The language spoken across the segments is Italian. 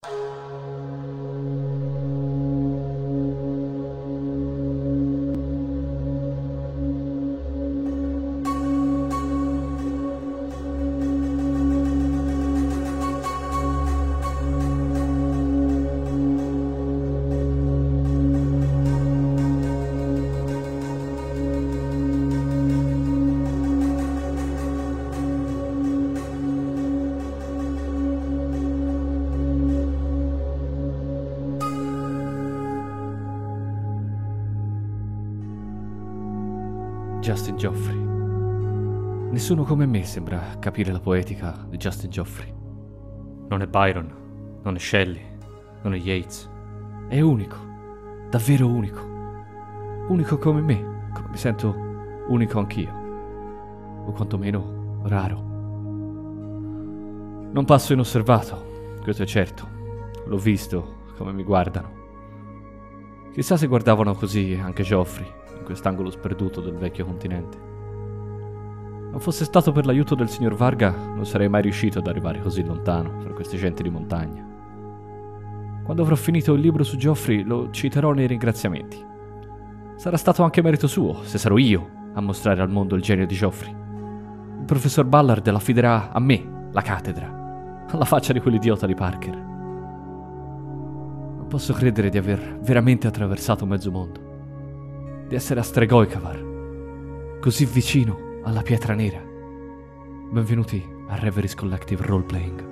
Justin Geoffrey. Nessuno come me sembra capire la poetica di Justin Geoffrey. Non è Byron, non è Shelley, non è Yeats. È unico, davvero unico. Unico come me, come mi sento unico anch'io. O quantomeno raro. Non passo inosservato, questo è certo. L'ho visto come mi guardano. Chissà se guardavano così anche Geoffrey in quest'angolo sperduto del vecchio continente. Non fosse stato per l'aiuto del signor Varga, non sarei mai riuscito ad arrivare così lontano fra queste genti di montagna. Quando avrò finito il libro su Geoffrey, lo citerò nei ringraziamenti. Sarà stato anche merito suo, se sarò io a mostrare al mondo il genio di Geoffrey. Il professor Ballard l'affiderà a me, la cattedra, alla faccia di quell'idiota di Parker. Non posso credere di aver veramente attraversato mezzo mondo. Di essere a Stregoicavar, così vicino alla pietra nera. Benvenuti a Reveries Collective Roleplaying.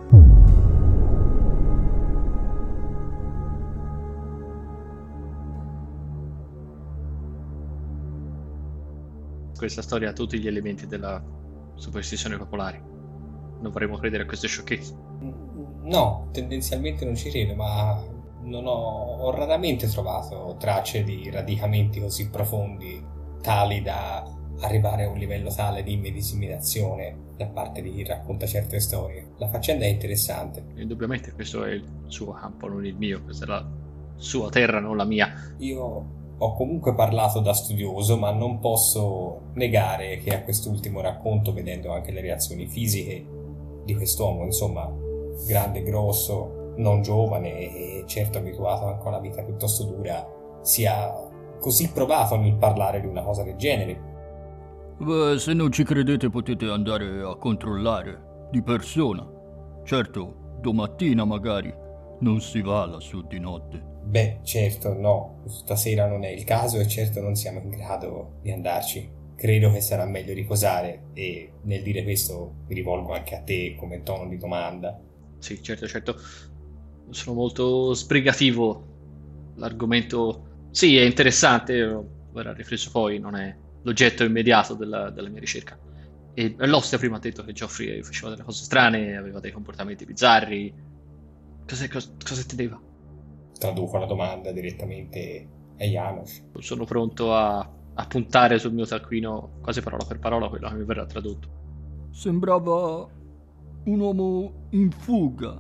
Questa storia ha tutti gli elementi della superstizione popolare. Non vorremmo credere a queste sciocchezze. No, tendenzialmente non ci credo, ma ho raramente trovato tracce di radicamenti così profondi, tali da arrivare a un livello tale di immedesimazione da parte di chi racconta certe storie. La faccenda è interessante. Indubbiamente questo è il suo campo, non il mio. Questa è la sua terra, non la mia. Io ho comunque parlato da studioso, ma non posso negare che a quest'ultimo racconto, vedendo anche le reazioni fisiche di quest'uomo, insomma, grande, grosso, non giovane e certo abituato anche a una vita piuttosto dura, sia così provato nel parlare di una cosa del genere. Beh, se non ci credete potete andare a controllare di persona. Certo, domattina magari non si va lassù di notte. Beh, certo, no, stasera non è il caso e certo non siamo in grado di andarci. Credo che sarà meglio riposare e nel dire questo mi rivolgo anche a te come tono di domanda. Sì, certo. Sono molto sbrigativo. L'argomento, sì, è interessante, verrà riflesso poi, non è l'oggetto immediato della mia ricerca. E l'Ostia prima ha detto che Geoffrey faceva delle cose strane, aveva dei comportamenti bizzarri. Cosa intendeva? Traduco la domanda direttamente a Janos. Sono pronto a puntare sul mio taccuino quasi parola per parola quello che mi verrà tradotto. Sembrava un uomo in fuga,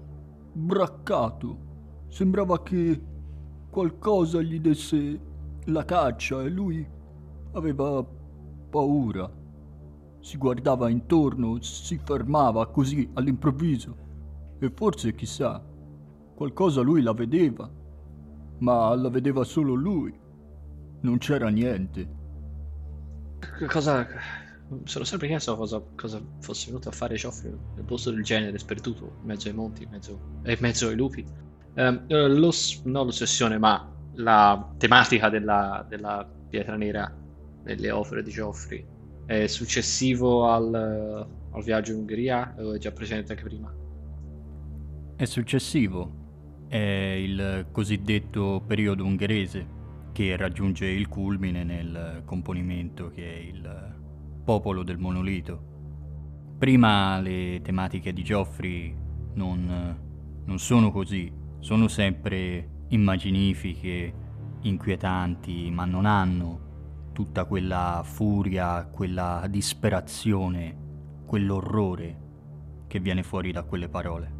braccato. Sembrava che qualcosa gli desse la caccia e lui aveva paura. Si guardava intorno, si fermava così all'improvviso e forse, chissà, qualcosa lui la vedeva, ma la vedeva solo lui. Non c'era niente. Sono sempre chiesto cosa fosse venuto a fare Geoffrey nel posto del genere, sperduto in mezzo ai monti, in mezzo ai lupi. Non l'ossessione, ma la tematica della pietra nera nelle opere di Geoffrey è successivo al viaggio in Ungheria o è già presente anche prima? È successivo. È il cosiddetto periodo ungherese che raggiunge il culmine nel componimento che è il popolo del monolito. Prima le tematiche di Geoffrey non sono così, sono sempre immaginifiche, inquietanti, ma non hanno tutta quella furia, quella disperazione, quell'orrore che viene fuori da quelle parole.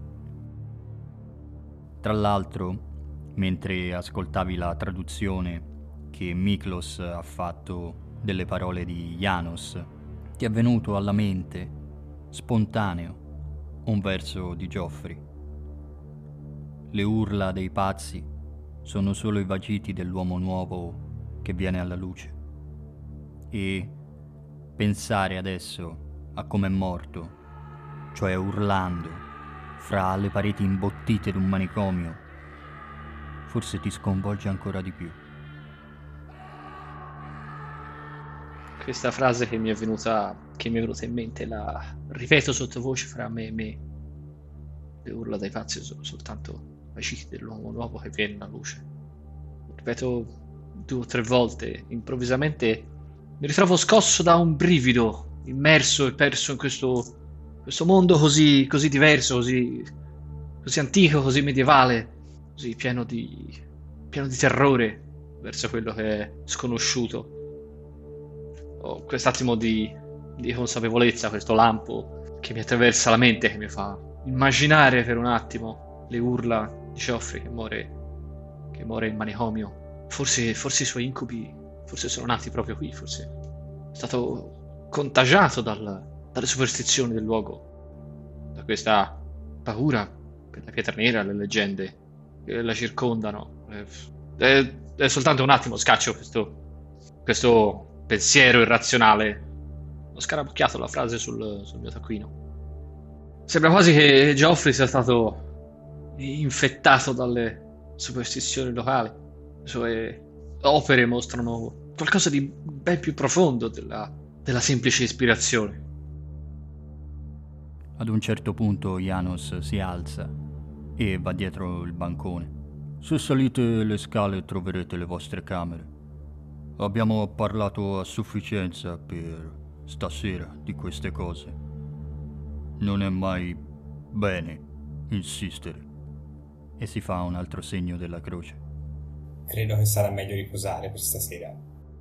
Tra l'altro, mentre ascoltavi la traduzione che Miklos ha fatto delle parole di Janos, ti è venuto alla mente, spontaneo, un verso di Geoffrey. le urla dei pazzi sono solo i vagiti dell'uomo nuovo che viene alla luce. E pensare adesso a come è morto, cioè urlando fra le pareti imbottite d'un manicomio, forse ti sconvolge ancora di più. Questa frase che mi è venuta in mente, la ripeto sottovoce fra me e me. Le urla dai pazzi sono soltanto vagiti dell'uomo nuovo che viene alla luce. Ripeto 2 o 3 volte, improvvisamente mi ritrovo scosso da un brivido, immerso e perso in questo mondo così diverso, così antico, così medievale, così pieno di terrore verso quello che è sconosciuto. Ho quest'attimo di consapevolezza, questo lampo che mi attraversa la mente, che mi fa immaginare per un attimo le urla di Geoffrey che muore in manicomio. Forse i suoi incubi sono nati proprio qui, forse è stato contagiato dalle superstizioni del luogo, da questa paura per la pietra nera, le leggende che la circondano. È soltanto un attimo, scaccio questo pensiero irrazionale. Ho scarabocchiato la frase sul mio taccuino. Sembra quasi che Geoffrey sia stato infettato dalle superstizioni locali. Le sue opere mostrano qualcosa di ben più profondo della semplice ispirazione. Ad un certo punto Janos si alza e va dietro il bancone. Se salite le scale troverete le vostre camere. Abbiamo parlato a sufficienza per stasera di queste cose. Non è mai bene insistere. E si fa un altro segno della croce. Credo che sarà meglio riposare per stasera.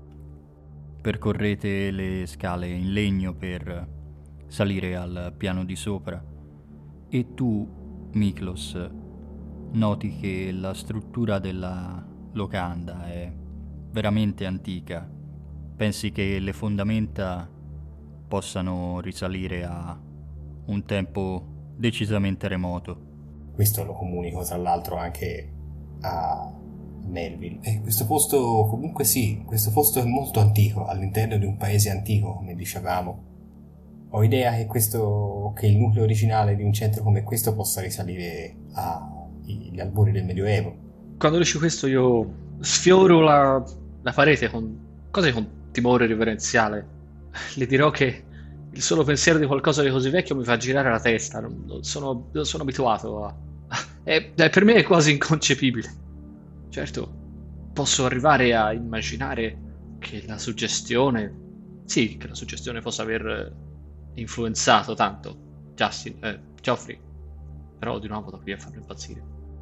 Percorrete le scale in legno per salire al piano di sopra e tu, Miklos, noti che la struttura della locanda è veramente antica. Pensi che le fondamenta possano risalire a un tempo decisamente remoto. Questo lo comunico tra l'altro anche a Melville. E questo posto comunque sì, questo posto è molto antico, all'interno di un paese antico, come dicevamo. Ho idea che il nucleo originale di un centro come questo possa risalire agli albori del Medioevo. Quando dici questo io sfioro la parete quasi con timore reverenziale. Le dirò che il solo pensiero di qualcosa di così vecchio mi fa girare la testa. Non sono abituato per me è quasi inconcepibile. Certo, posso arrivare a immaginare che la suggestione possa aver influenzato tanto Geoffrey, però di nuovo da qui a farlo impazzire.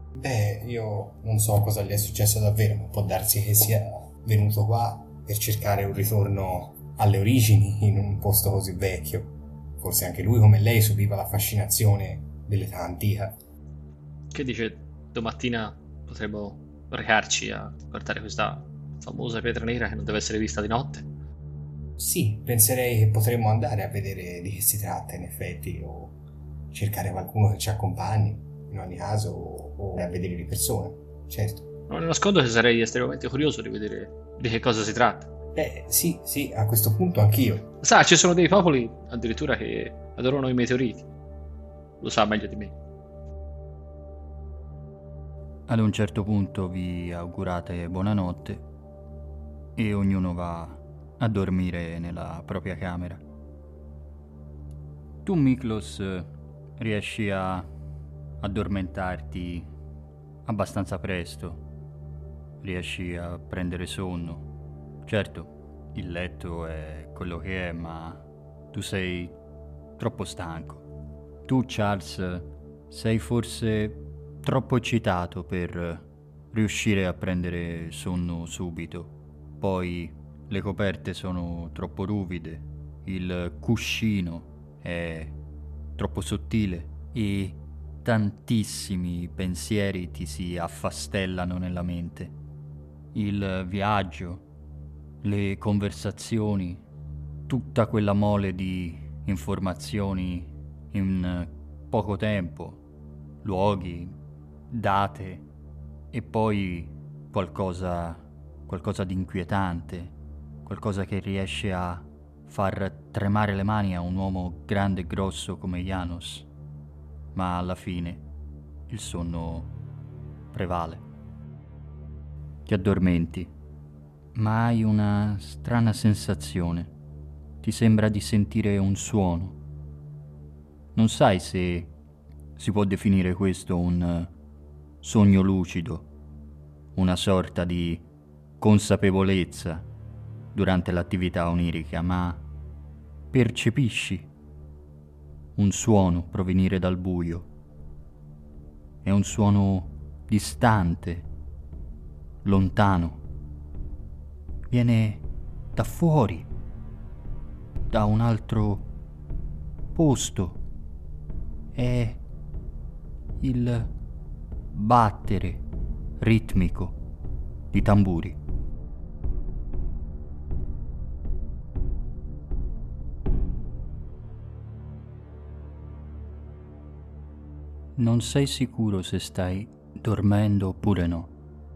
Io non so cosa gli è successo davvero, ma può darsi che sia venuto qua per cercare un ritorno alle origini in un posto così vecchio. Forse anche lui, come lei, subiva la fascinazione dell'età antica. Che dice, domattina potremmo recarci a guardare questa famosa pietra nera che non deve essere vista di notte? Sì, penserei che potremmo andare a vedere di che si tratta in effetti, o cercare qualcuno che ci accompagni, in ogni caso, o a vedere di persona, certo. Non nascondo che sarei estremamente curioso di vedere di che cosa si tratta. Sì, a questo punto anch'io. Sa, ci sono dei popoli addirittura che adorano i meteoriti. Lo sa meglio di me. Ad un certo punto vi augurate buonanotte e ognuno va a dormire nella propria camera. Tu, Miklos, riesci a addormentarti abbastanza presto, riesci a prendere sonno. Certo, il letto è quello che è, ma tu sei troppo stanco. Tu, Charles, sei forse troppo eccitato per riuscire a prendere sonno subito. Poi le coperte sono troppo ruvide, il cuscino è troppo sottile e tantissimi pensieri ti si affastellano nella mente. Il viaggio, le conversazioni, tutta quella mole di informazioni in poco tempo, luoghi, date e poi qualcosa di inquietante, qualcosa che riesce a far tremare le mani a un uomo grande e grosso come Janos, ma alla fine il sonno prevale. Ti addormenti, ma hai una strana sensazione. Ti sembra di sentire un suono. Non sai se si può definire questo un sogno lucido, una sorta di consapevolezza durante l'attività onirica, ma percepisci un suono provenire dal buio. È un suono distante, lontano. Viene da fuori, da un altro posto. È il battere ritmico di tamburi. Non sei sicuro se stai dormendo oppure no.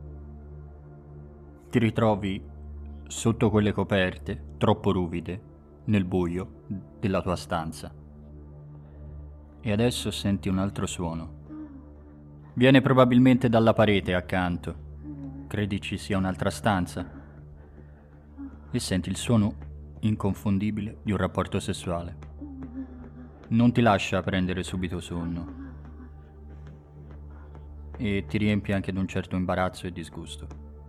Ti ritrovi sotto quelle coperte troppo ruvide nel buio della tua stanza. E adesso senti un altro suono. Viene probabilmente dalla parete accanto. Credi ci sia un'altra stanza? E senti il suono inconfondibile di un rapporto sessuale. Non ti lascia prendere subito sonno. E ti riempie anche di un certo imbarazzo e disgusto.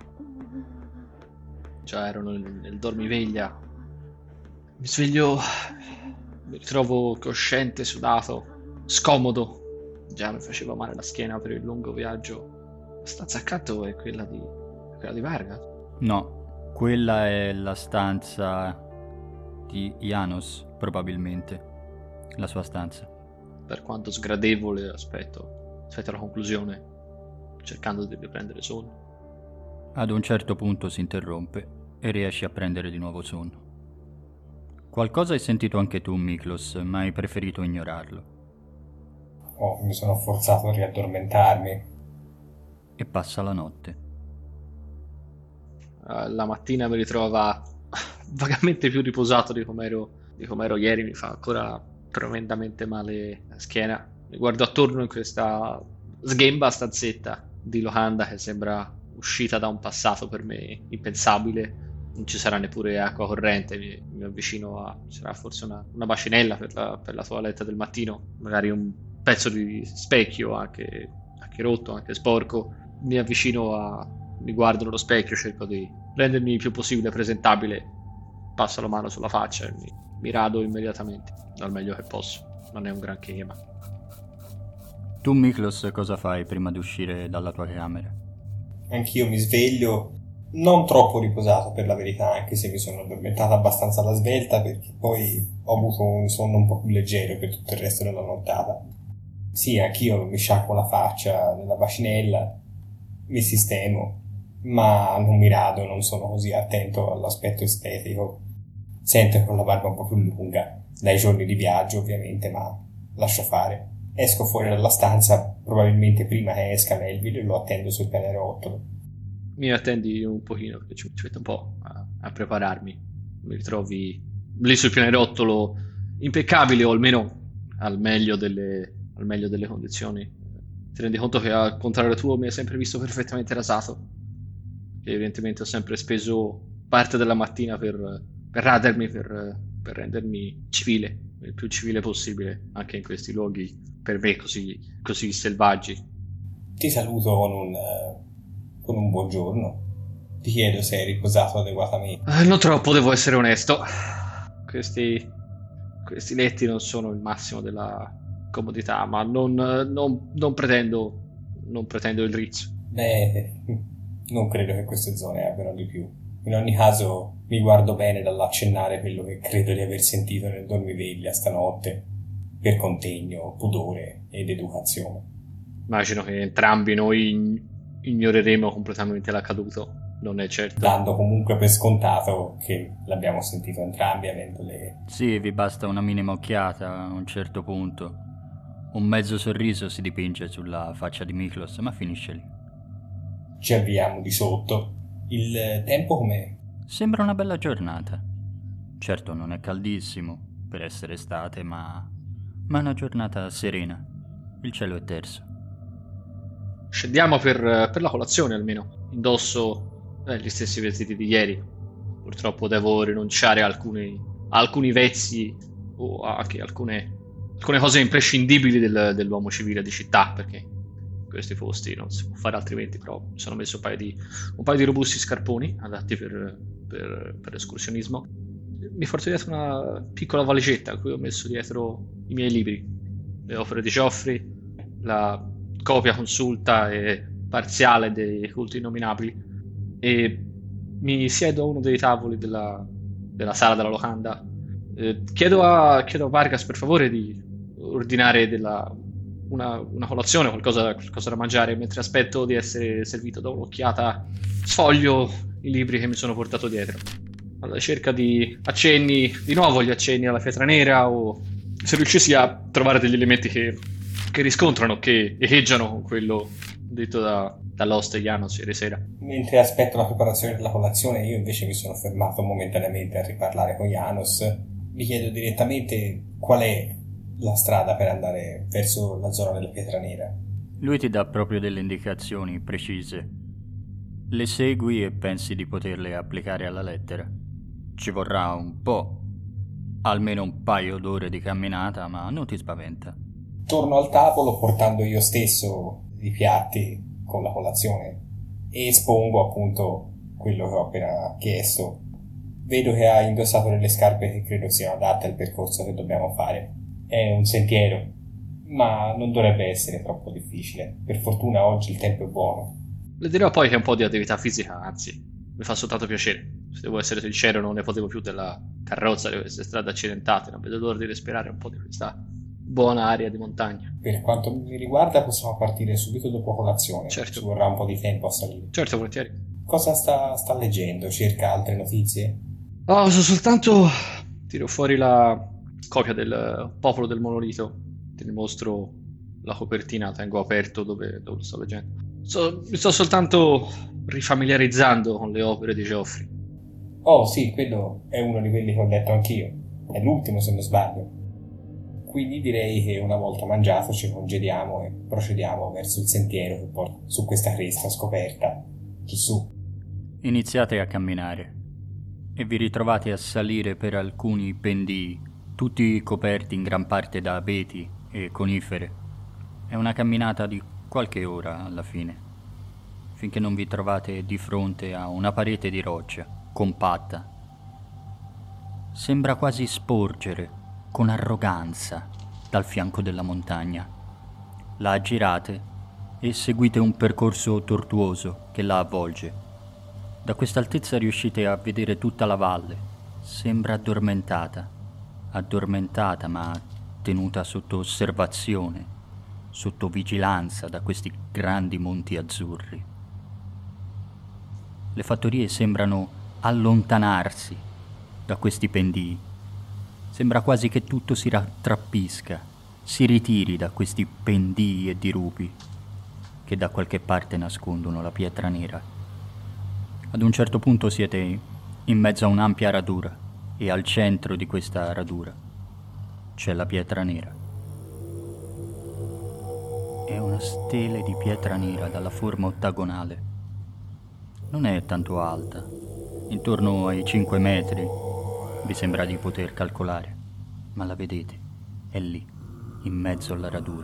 Già ero nel dormiveglia. Mi sveglio, mi ritrovo cosciente, sudato, scomodo. Già mi faceva male la schiena per il lungo viaggio. La stanza accanto è quella di Vargas? No, quella è la stanza di Janos, probabilmente. La sua stanza. Per quanto sgradevole, aspetto la conclusione, cercando di riprendere sonno. Ad un certo punto si interrompe e riesci a prendere di nuovo sonno. Qualcosa hai sentito anche tu, Miklos, ma hai preferito ignorarlo. Mi sono forzato a riaddormentarmi. E passa la notte. La mattina mi ritrova vagamente più riposato di com'ero ieri. Mi fa ancora tremendamente male la schiena. Mi guardo attorno in questa sghemba stanzetta di locanda che sembra uscita da un passato per me impensabile. Non ci sarà neppure acqua corrente. Mi avvicino a... Sarà forse una bacinella per la toiletta del mattino. Magari un pezzo di specchio anche rotto, anche sporco. Mi avvicino mi guardo nello specchio, cerco di rendermi il più possibile presentabile. Passo la mano sulla faccia e mi rado immediatamente al meglio che posso. Non è un granché, ma... Tu, Miklos, cosa fai prima di uscire dalla tua camera? Anch'io mi sveglio non troppo riposato, per la verità, anche se mi sono addormentato abbastanza alla svelta, perché poi ho avuto un sonno un po' più leggero per tutto il resto della nottata. Sì, anch'io mi sciacquo la faccia nella bacinella, mi sistemo, ma non mi rado, non sono così attento all'aspetto estetico. Sento che ho la barba un po' più lunga, dai giorni di viaggio ovviamente, ma lascio fare. Esco fuori dalla stanza, probabilmente prima che esca Melville, e lo attendo sul pianerottolo. Mi attendi un pochino, perché ci metto un po' a prepararmi. Mi ritrovi lì sul pianerottolo impeccabile, o almeno al meglio delle condizioni. Ti rendi conto che, al contrario tuo, mi hai sempre visto perfettamente rasato, che evidentemente ho sempre speso parte della mattina per radermi, per rendermi civile, il più civile possibile, anche in questi luoghi per me così selvaggi. Ti saluto con un buongiorno. Ti chiedo se hai riposato adeguatamente. Non troppo, devo essere onesto. Questi letti non sono il massimo della comodità, ma non pretendo il rizzo. Beh, non credo che queste zone abbiano di più. In ogni caso, mi guardo bene dall'accennare quello che credo di aver sentito nel dormiveglia stanotte, per contegno, pudore ed educazione. Immagino che entrambi noi ignoreremo completamente l'accaduto, non è certo. Dando comunque per scontato che l'abbiamo sentito entrambi, avendo le... Sì, vi basta una minima occhiata a un certo punto. Un mezzo sorriso si dipinge sulla faccia di Miklos, ma finisce lì. Ci avviamo di sotto. Il tempo com'è? Sembra una bella giornata. Certo non è caldissimo per essere estate, ma è una giornata serena. Il cielo è terso. Scendiamo per la colazione almeno. Indosso gli stessi vestiti di ieri. Purtroppo devo rinunciare a alcuni vezzi o anche alcune cose imprescindibili dell'uomo civile di città, perché in questi posti non si può fare altrimenti. Però mi sono messo un paio di robusti scarponi adatti per l'escursionismo. Mi porto dietro una piccola valigetta a cui ho messo dietro i miei libri, le opere di Geoffrey, la copia consulta e parziale dei culti innominabili, e mi siedo a uno dei tavoli della sala della locanda. Chiedo a Vargas per favore di ordinare una colazione, qualcosa da mangiare, mentre aspetto di essere servito. Da un'occhiata sfoglio i libri che mi sono portato dietro, alla ricerca di nuovo gli accenni alla pietra nera, o se riuscissi a trovare degli elementi che riscontrano, che echeggiano con quello detto dall'host Janos ieri sera. Mentre aspetto la preparazione della colazione, io invece mi sono fermato momentaneamente a riparlare con Janos. Gli chiedo direttamente qual è la strada per andare verso la zona della pietra nera. Lui ti dà proprio delle indicazioni precise. Le segui e pensi di poterle applicare alla lettera. Ci vorrà un po', almeno un paio d'ore di camminata, ma non ti spaventa. Torno al tavolo portando io stesso i piatti con la colazione e espongo appunto quello che ho appena chiesto. Vedo che ha indossato delle scarpe che credo siano adatte al percorso che dobbiamo fare. È un sentiero, ma non dovrebbe essere troppo difficile. Per fortuna oggi il tempo è buono. Le dirò poi che un po' di attività fisica, anzi, mi fa soltanto piacere. Se devo essere sincero, non ne potevo più della carrozza, di queste strade accidentate. Non vedo l'ora di respirare un po' di questa buona aria di montagna. Per quanto mi riguarda possiamo partire subito dopo colazione. Certo. Ci vorrà un po' di tempo a salire. Certo, volentieri. Cosa sta leggendo? Cerca altre notizie? So soltanto... Tiro fuori la copia del Popolo del Monolito. Ti mostro la copertina, tengo aperto dove lo sto leggendo. Mi sto soltanto rifamiliarizzando con le opere di Geoffrey. Oh sì, quello è uno di quelli che ho letto anch'io. È l'ultimo se non sbaglio. Quindi direi che una volta mangiato ci congediamo e procediamo verso il sentiero che porta su questa cresta scoperta, giù su. Iniziate a camminare e vi ritrovate a salire per alcuni pendii, tutti coperti in gran parte da abeti e conifere. È una camminata di qualche ora alla fine, finché non vi trovate di fronte a una parete di roccia, compatta. Sembra quasi sporgere con arroganza dal fianco della montagna. La aggirate e seguite un percorso tortuoso che la avvolge. Da questa altezza riuscite a vedere tutta la valle. Sembra addormentata ma tenuta sotto osservazione, sotto vigilanza da questi grandi monti azzurri. Le fattorie sembrano allontanarsi da questi pendii. Sembra quasi che tutto si rattrappisca, si ritiri da questi pendii e dirupi che da qualche parte nascondono la pietra nera. Ad un certo punto siete in mezzo a un'ampia radura e al centro di questa radura c'è la pietra nera. È una stele di pietra nera dalla forma ottagonale. Non è tanto alta, intorno ai 5 metri, vi sembra di poter calcolare, ma la vedete, è lì, in mezzo alla radura.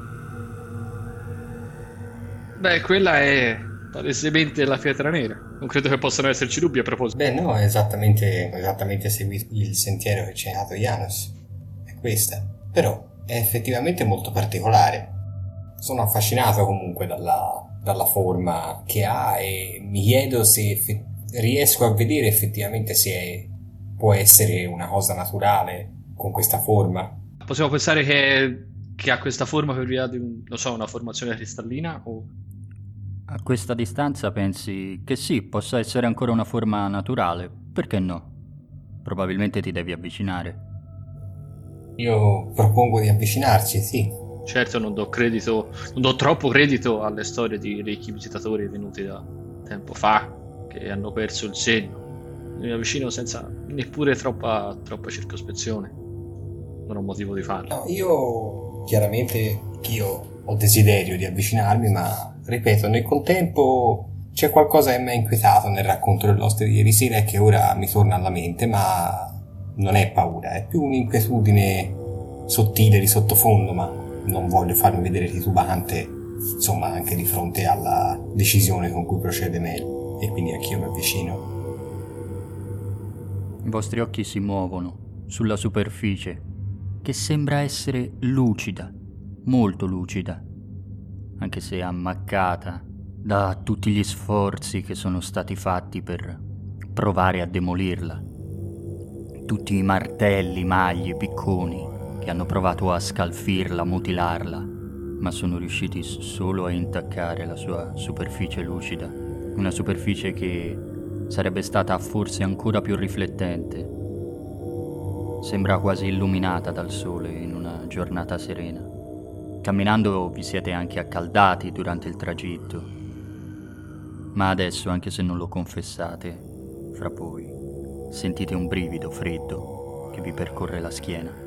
Beh, quella è palesemente la pietra nera. Non credo che possano esserci dubbi a proposito. Beh, no, è esattamente seguito il sentiero che ci ha dato Janos. È questa. Però è effettivamente molto particolare. Sono affascinato comunque dalla forma che ha e mi chiedo se riesco a vedere effettivamente se può essere una cosa naturale con questa forma. Possiamo pensare che ha questa forma per via di una formazione cristallina o... A questa distanza pensi che sì, possa essere ancora una forma naturale, perché no? Probabilmente ti devi avvicinare. Io propongo di avvicinarci, sì. Certo non do troppo credito alle storie di ricchi visitatori venuti da tempo fa, che hanno perso il senno. Mi avvicino senza neppure troppa circospezione. Non ho motivo di farlo. No, io chiaramente ho desiderio di avvicinarmi, ma ripeto, nel contempo c'è qualcosa che mi ha inquietato nel racconto dell'oste di ieri sera e che ora mi torna alla mente, ma non è paura, è più un'inquietudine sottile di sottofondo, ma non voglio farmi vedere titubante, insomma, anche di fronte alla decisione con cui procede Mel, e quindi anch'io mi avvicino. I vostri occhi si muovono sulla superficie, che sembra essere lucida, molto lucida, anche se ammaccata da tutti gli sforzi che sono stati fatti per provare a demolirla. Tutti i martelli, maglie, picconi che hanno provato a scalfirla, mutilarla, ma sono riusciti solo a intaccare la sua superficie lucida, una superficie che sarebbe stata forse ancora più riflettente. Sembra quasi illuminata dal sole in una giornata serena. Camminando vi siete anche accaldati durante il tragitto, ma adesso, anche se non lo confessate, fra voi sentite un brivido freddo che vi percorre la schiena.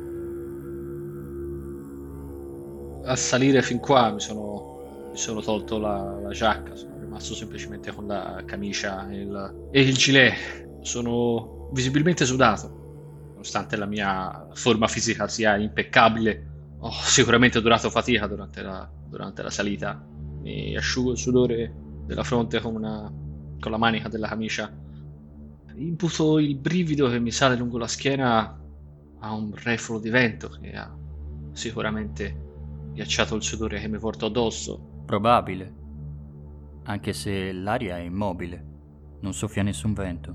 A salire fin qua mi sono tolto la giacca, sono rimasto semplicemente con la camicia e il gilet. Sono visibilmente sudato, nonostante la mia forma fisica sia impeccabile. Ho sicuramente durato fatica durante la salita. Mi asciugo il sudore della fronte con la manica della camicia. Imputo il brivido che mi sale lungo la schiena a un refolo di vento che ha sicuramente ghiacciato il sudore che mi porto addosso. Probabile, anche se l'aria è immobile, non soffia nessun vento.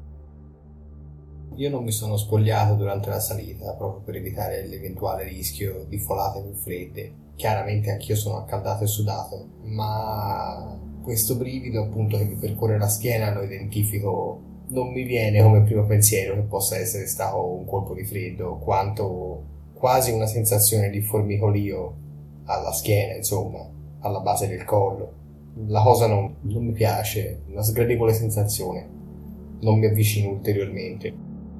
Io non mi sono spogliato durante la salita proprio per evitare l'eventuale rischio di folate più fredde. Chiaramente anch'io sono accaldato e sudato, ma questo brivido appunto che mi percorre la schiena lo identifico. Non mi viene come primo pensiero che possa essere stato un colpo di freddo, quanto quasi una sensazione di formicolio alla schiena, insomma, alla base del collo. La cosa non mi piace, una sgradevole sensazione. Non mi avvicino ulteriormente.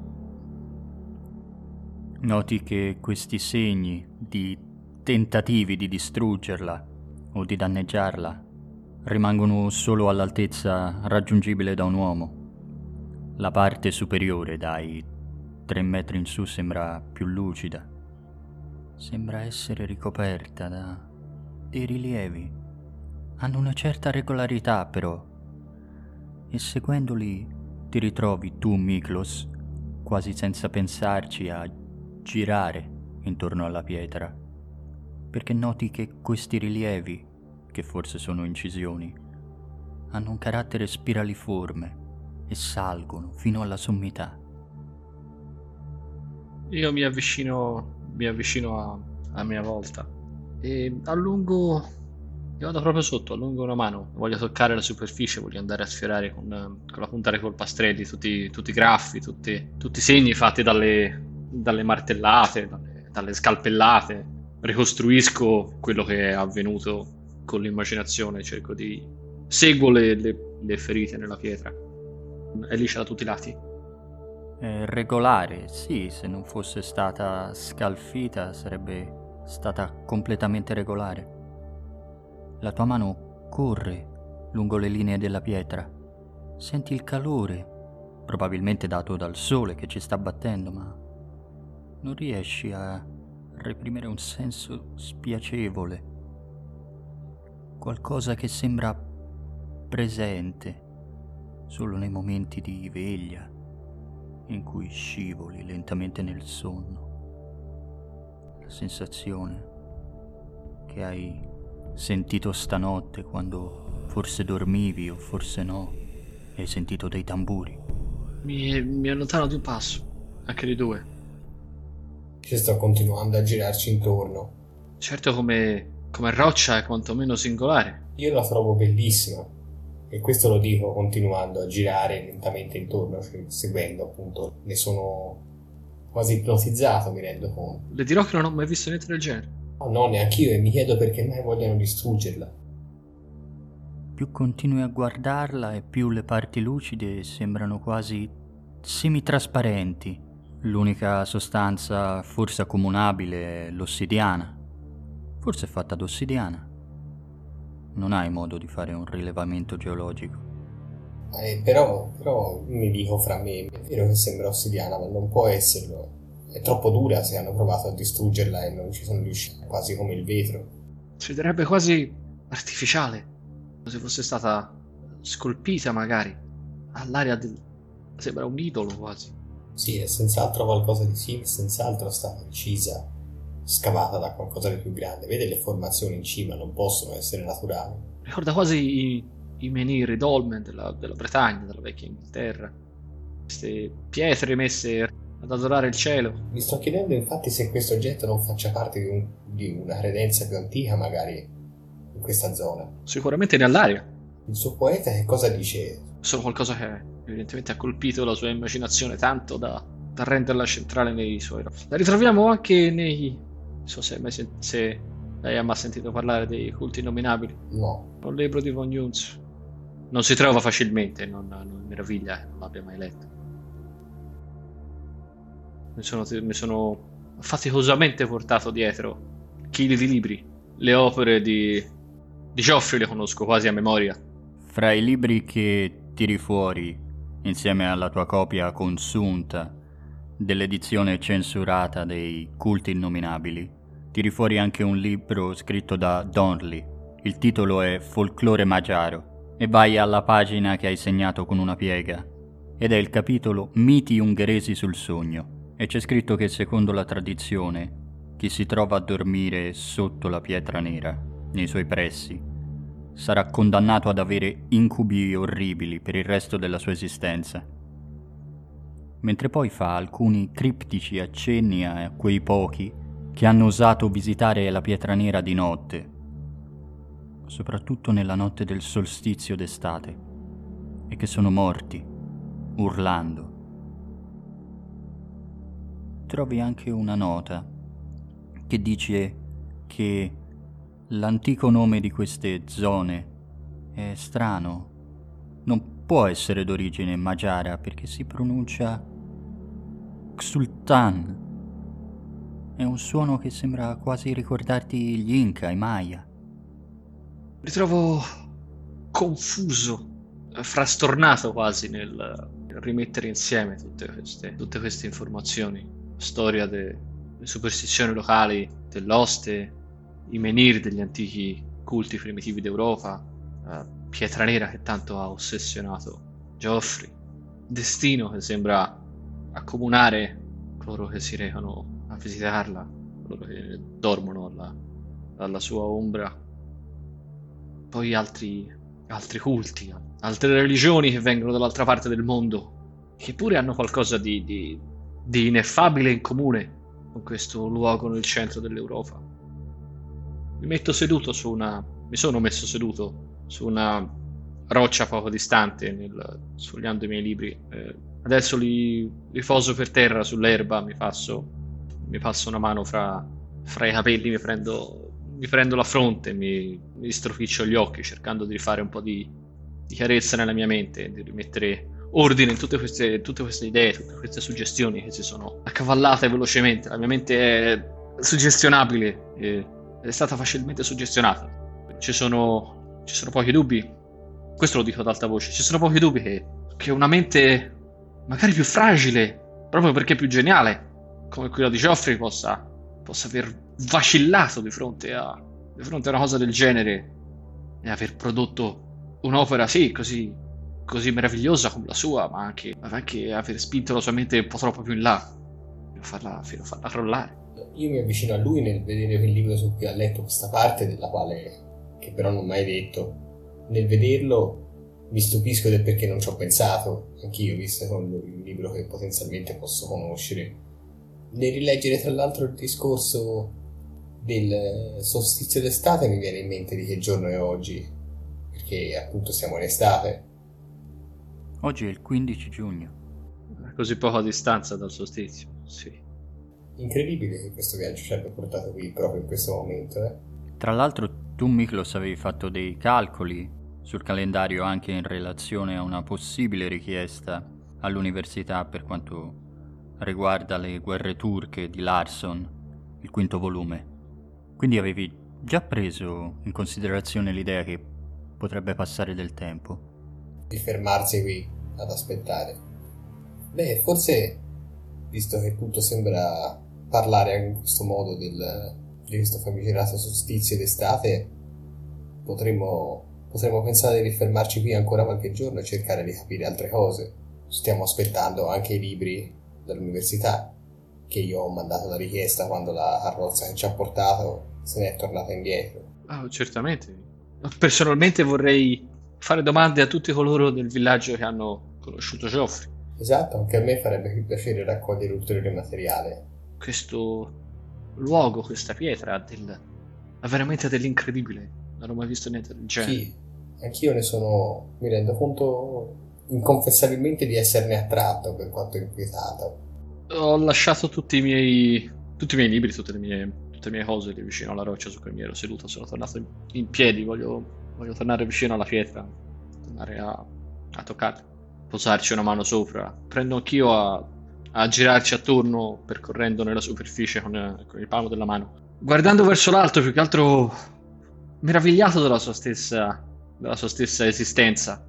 Noti che questi segni di tentativi di distruggerla o di danneggiarla rimangono solo all'altezza raggiungibile da un uomo. La parte superiore, dai 3 metri in su, sembra più lucida. Sembra essere ricoperta da dei rilievi. Hanno una certa regolarità, però. E seguendoli ti ritrovi tu, Miklos, quasi senza pensarci, a girare intorno alla pietra, perché noti che questi rilievi, che forse sono incisioni, hanno un carattere spiraliforme e salgono fino alla sommità. Io mi avvicino a mia volta e io vado proprio sotto, allungo una mano, voglio toccare la superficie, voglio andare a sfiorare con la punta dei colpastrelli tutti i graffi, tutti i segni fatti dalle martellate, dalle scalpellate. Ricostruisco quello che è avvenuto con l'immaginazione, seguo le ferite nella pietra. È liscia da tutti i lati. È regolare, sì, se non fosse stata scalfita sarebbe stata completamente regolare. La tua mano corre lungo le linee della pietra. Senti il calore, probabilmente dato dal sole che ci sta battendo, ma non riesci a reprimere un senso spiacevole. Qualcosa che sembra presente solo nei momenti di veglia in cui scivoli lentamente nel sonno. La sensazione che hai sentito stanotte quando forse dormivi o forse no, e hai sentito dei tamburi. Mi allontano di un passo, anche di 2. Ci sto continuando a girarci intorno. Certo, come roccia è quantomeno singolare. Io la trovo bellissima, e questo lo dico continuando a girare lentamente intorno, cioè seguendo appunto. Ne sono quasi ipnotizzato, mi rendo conto. Le dirò che non ho mai visto niente del genere. Oh, no, neanch'io, e mi chiedo perché mai vogliano distruggerla. Più continui a guardarla e più le parti lucide sembrano quasi semitrasparenti. L'unica sostanza forse accomunabile è l'ossidiana. Forse è fatta d'ossidiana. Non hai modo di fare un rilevamento geologico. Però mi dico fra me, è vero che sembra ossidiana, ma non può esserlo. È troppo dura se hanno provato a distruggerla e non ci sono riusciti, quasi come il vetro. Si vedrebbe quasi artificiale, come se fosse stata scolpita magari. All'aria del... sembra un idolo quasi. Sì, è senz'altro qualcosa di simile, senz'altro è stata incisa, scavata da qualcosa di più grande. Vede le formazioni in cima, non possono essere naturali. Ricorda quasi i menhir, i dolmen della Bretagna, della vecchia Inghilterra. Queste pietre messe ad adorare il cielo. Mi sto chiedendo infatti se questo oggetto non faccia parte di una credenza più antica, magari in questa zona. Sicuramente nell'aria. Il suo poeta che cosa dice? Solo qualcosa che evidentemente ha colpito la sua immaginazione tanto da renderla centrale nei suoi romanzi. La ritroviamo anche nei... non so se lei ha mai sentito parlare dei culti innominabili. No. Un libro di Von Juntz. Non si trova facilmente, non mi meraviglia non l'abbia mai letto. Mi sono faticosamente portato dietro chili di libri. Le opere di Geoffrey le conosco quasi a memoria. Fra i libri che tiri fuori, insieme alla tua copia consunta dell'edizione censurata dei culti innominabili, tiri fuori anche un libro scritto da Donnelly. Il titolo è Folklore Magiaro e vai alla pagina che hai segnato con una piega ed è il capitolo Miti ungheresi sul sogno e c'è scritto che secondo la tradizione chi si trova a dormire sotto la pietra nera nei suoi pressi sarà condannato ad avere incubi orribili per il resto della sua esistenza. Mentre poi fa alcuni criptici accenni a quei pochi che hanno osato visitare la pietra nera di notte, soprattutto nella notte del solstizio d'estate, e che sono morti, urlando. Trovi anche una nota che dice che l'antico nome di queste zone è strano, non può essere d'origine magiara perché si pronuncia Xultan. È un suono che sembra quasi ricordarti gli Inca, i Maya. Mi trovo confuso, frastornato quasi nel rimettere insieme tutte queste informazioni. Storia delle superstizioni locali, dell'oste, i menhir degli antichi culti primitivi d'Europa, pietra nera che tanto ha ossessionato Geoffrey, destino che sembra accomunare coloro che si recano a visitarla, coloro che dormono alla sua ombra. Poi altri culti, altre religioni che vengono dall'altra parte del mondo, che pure hanno qualcosa di ineffabile in comune con questo luogo nel centro dell'Europa. Mi sono messo seduto su una roccia poco distante, sfogliando i miei libri. Adesso li poso per terra sull'erba, mi passo una mano fra i capelli, mi prendo la fronte, mi stropiccio gli occhi, cercando di fare un po' di chiarezza nella mia mente, di rimettere ordine in tutte queste idee, tutte queste suggestioni che si sono accavallate velocemente. La mia mente è suggestionabile ed è stata facilmente suggestionata. Ci sono pochi dubbi, questo lo dico ad alta voce, ci sono pochi dubbi che una mente magari più fragile, proprio perché più geniale, come quella di Geoffrey, possa aver vacillato di fronte a una cosa del genere e aver prodotto un'opera sì così meravigliosa come la sua, ma anche aver spinto la sua mente un po' troppo più in là fino a farla crollare. Io mi avvicino a lui nel vedere il libro su cui ha letto questa parte, che però non ho mai detto. Nel vederlo mi stupisco del perché non ci ho pensato anch'io, visto che è un libro che potenzialmente posso conoscere. Nel rileggere tra l'altro il discorso del solstizio d'estate mi viene in mente di che giorno è oggi, perché appunto siamo in estate. Oggi è il 15 giugno. Così poca distanza dal solstizio, sì. Incredibile che questo viaggio ci abbia portato qui proprio in questo momento, eh? Tra l'altro tu, Miklos, avevi fatto dei calcoli sul calendario anche in relazione a una possibile richiesta all'università per quanto riguarda le guerre turche di Larsson, il 5° volume. Quindi avevi già preso in considerazione l'idea che potrebbe passare del tempo? Di fermarsi qui ad aspettare. Beh, forse, visto che tutto sembra parlare in questo modo di questo famigerato solstizio d'estate, potremmo pensare di fermarci qui ancora qualche giorno e cercare di capire altre cose. Stiamo aspettando anche i libri dall'università, che io ho mandato la richiesta quando la carrozza che ci ha portato se ne è tornata indietro. Certamente. Personalmente vorrei fare domande a tutti coloro del villaggio che hanno conosciuto Geoffrey. Esatto, anche a me farebbe più piacere raccogliere ulteriore materiale. Questo luogo, questa pietra ha veramente dell'incredibile. Non ho mai visto niente del genere. Sì, anch'io mi rendo conto inconfessabilmente di esserne attratto per quanto inquietato. Ho lasciato tutti i miei libri, tutte le mie cose lì vicino alla roccia su cui mi ero seduto. Sono tornato in piedi, voglio tornare vicino alla pietra, tornare a toccarla, posarci una mano sopra. Prendo anch'io a girarci attorno, percorrendo nella superficie con il palmo della mano, guardando verso l'alto, più che altro meravigliato della sua stessa esistenza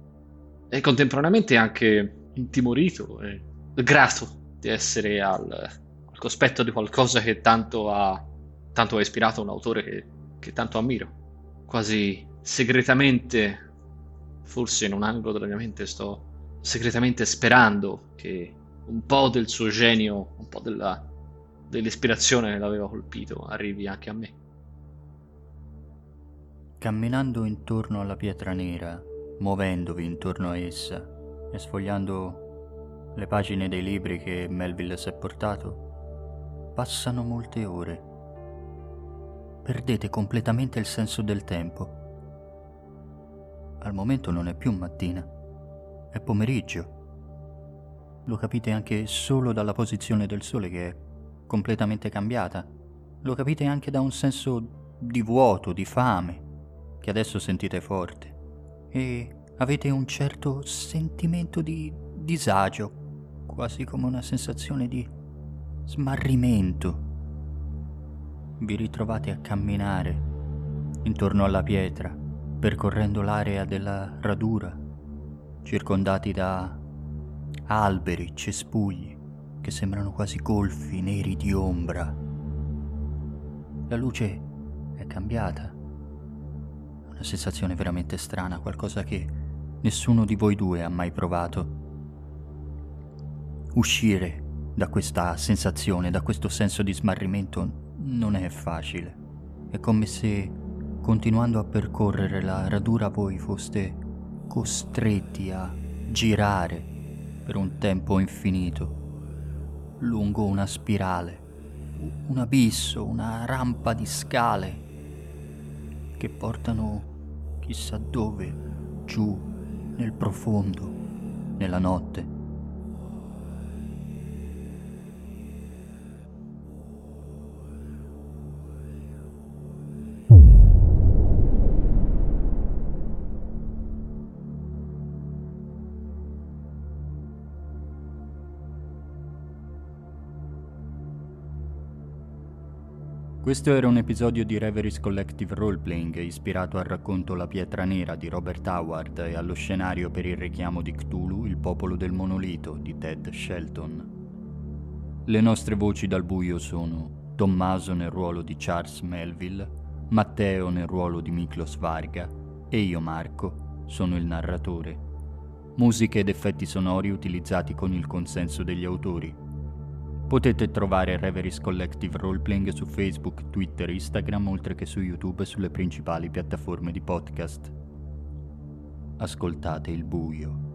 e contemporaneamente anche intimorito e grato di essere al cospetto di qualcosa che tanto ha ispirato un autore che tanto ammiro. Quasi segretamente, forse in un angolo della mia mente, sto segretamente sperando che un po' del suo genio, un po' dell'ispirazione che l'aveva colpito arrivi anche a me. Camminando intorno alla pietra nera, muovendovi intorno a essa e sfogliando le pagine dei libri che Melville si è portato, passano molte ore. Perdete completamente il senso del tempo. Al momento non è più mattina, è pomeriggio. Lo capite anche solo dalla posizione del sole che è completamente cambiata. Lo capite anche da un senso di vuoto, di fame, che adesso sentite forte. E avete un certo sentimento di disagio, quasi come una sensazione di smarrimento. Vi ritrovate a camminare intorno alla pietra, percorrendo l'area della radura, circondati da alberi, cespugli che sembrano quasi golfi neri di ombra. La luce è cambiata. Una sensazione veramente strana, qualcosa che nessuno di voi due ha mai provato. Uscire da questa sensazione, da questo senso di smarrimento non è facile. È come se, continuando a percorrere la radura, voi foste costretti a girare per un tempo infinito, lungo una spirale, un abisso, una rampa di scale che portano chissà dove, giù, nel profondo, nella notte. Questo era un episodio di Reveries Collective Roleplaying ispirato al racconto La pietra nera di Robert Howard e allo scenario per il richiamo di Cthulhu, il popolo del monolito di Ted Shelton. Le nostre voci dal buio sono Tommaso nel ruolo di Charles Melville, Matteo nel ruolo di Miklos Varga e io, Marco, sono il narratore. Musiche ed effetti sonori utilizzati con il consenso degli autori. Potete trovare Reveries Collective Roleplaying su Facebook, Twitter e Instagram, oltre che su YouTube e sulle principali piattaforme di podcast. Ascoltate il buio.